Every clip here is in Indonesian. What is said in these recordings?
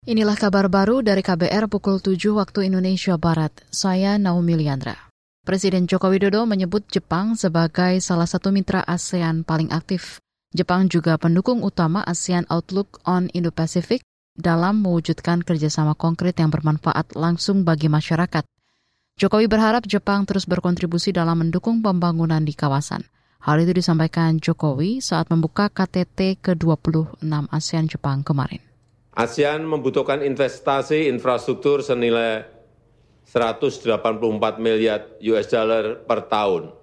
Inilah kabar baru dari KBR pukul 7 waktu Indonesia Barat. Saya Naomi Liandra. Presiden Joko Widodo menyebut Jepang sebagai salah satu mitra ASEAN paling aktif. Jepang juga pendukung utama ASEAN Outlook on Indo-Pacific dalam mewujudkan kerjasama konkret yang bermanfaat langsung bagi masyarakat. Jokowi berharap Jepang terus berkontribusi dalam mendukung pembangunan di kawasan. Hal itu disampaikan Jokowi saat membuka KTT ke-26 ASEAN Jepang kemarin. ASEAN membutuhkan investasi infrastruktur senilai 184 miliar US dollar per tahun.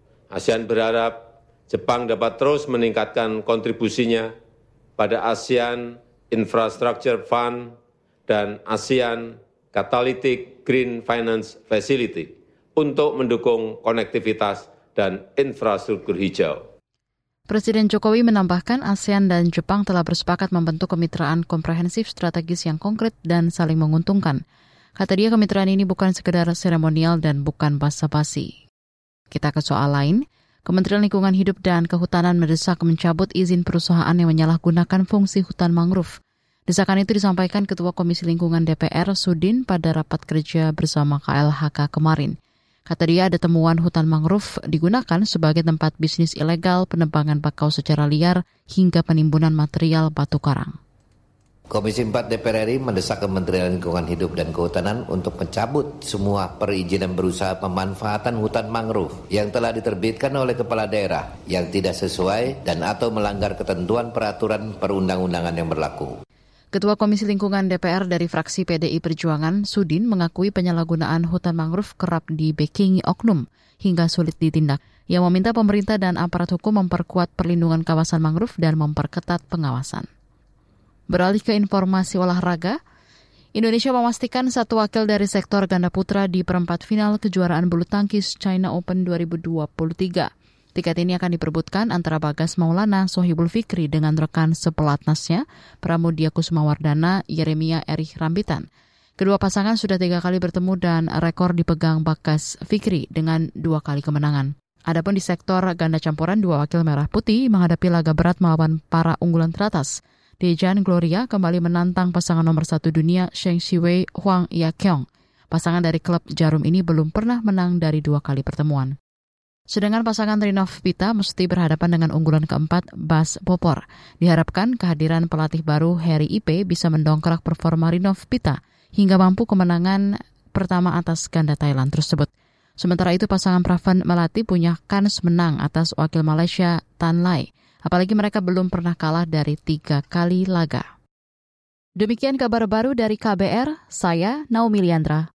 ASEAN berharap Jepang dapat terus meningkatkan kontribusinya pada ASEAN Infrastructure Fund dan ASEAN Catalytic Green Finance Facility untuk mendukung konektivitas dan infrastruktur hijau. Presiden Jokowi menambahkan ASEAN dan Jepang telah bersepakat membentuk kemitraan komprehensif strategis yang konkret dan saling menguntungkan. Kata dia, kemitraan ini bukan sekedar seremonial dan bukan basa-basi. Kita ke soal lain. Kementerian Lingkungan Hidup dan Kehutanan mendesak mencabut izin perusahaan yang menyalahgunakan fungsi hutan mangrove. Desakan itu disampaikan Ketua Komisi Lingkungan DPR Sudin pada rapat kerja bersama KLHK kemarin. Kata dia, ada temuan hutan mangrove digunakan sebagai tempat bisnis ilegal, penebangan bakau secara liar, hingga penimbunan material batu karang. Komisi 4 DPR RI mendesak Kementerian Lingkungan Hidup dan Kehutanan untuk mencabut semua perizinan berusaha pemanfaatan hutan mangrove yang telah diterbitkan oleh kepala daerah yang tidak sesuai dan atau melanggar ketentuan peraturan perundang-undangan yang berlaku. Ketua Komisi Lingkungan DPR dari fraksi PDI Perjuangan, Sudin, mengakui penyalahgunaan hutan mangrove kerap dibackingi oknum hingga sulit ditindak. Ia meminta pemerintah dan aparat hukum memperkuat perlindungan kawasan mangrove dan memperketat pengawasan. Beralih ke informasi olahraga, Indonesia memastikan satu wakil dari sektor ganda putra di perempat final kejuaraan bulu tangkis China Open 2023. Tiket ini akan diperebutkan antara Bagas Maulana Sohibul Fikri dengan rekan sepelatnasnya, Pramudia Kusumawardana, Yeremia Erich Rambitan. Kedua pasangan sudah 3 kali bertemu dan rekor dipegang Bagas Fikri dengan 2 kali kemenangan. Adapun di sektor ganda campuran, 2 wakil merah putih menghadapi laga berat melawan para unggulan teratas. Dejan Gloria kembali menantang pasangan nomor 1 dunia Zheng Siwei Huang Yaqiong. Pasangan dari klub Jarum ini belum pernah menang dari 2 kali pertemuan. Sedangkan pasangan Rinov Pita mesti berhadapan dengan unggulan keempat Bas Popor. Diharapkan kehadiran pelatih baru Harry Ipe bisa mendongkrak performa Rinov Pita hingga mampu kemenangan pertama atas ganda Thailand tersebut. Sementara itu pasangan Praven Melati punya kans menang atas wakil Malaysia Tan Lai. Apalagi mereka belum pernah kalah dari 3 kali laga. Demikian kabar baru dari KBR, saya Naomi Liandra.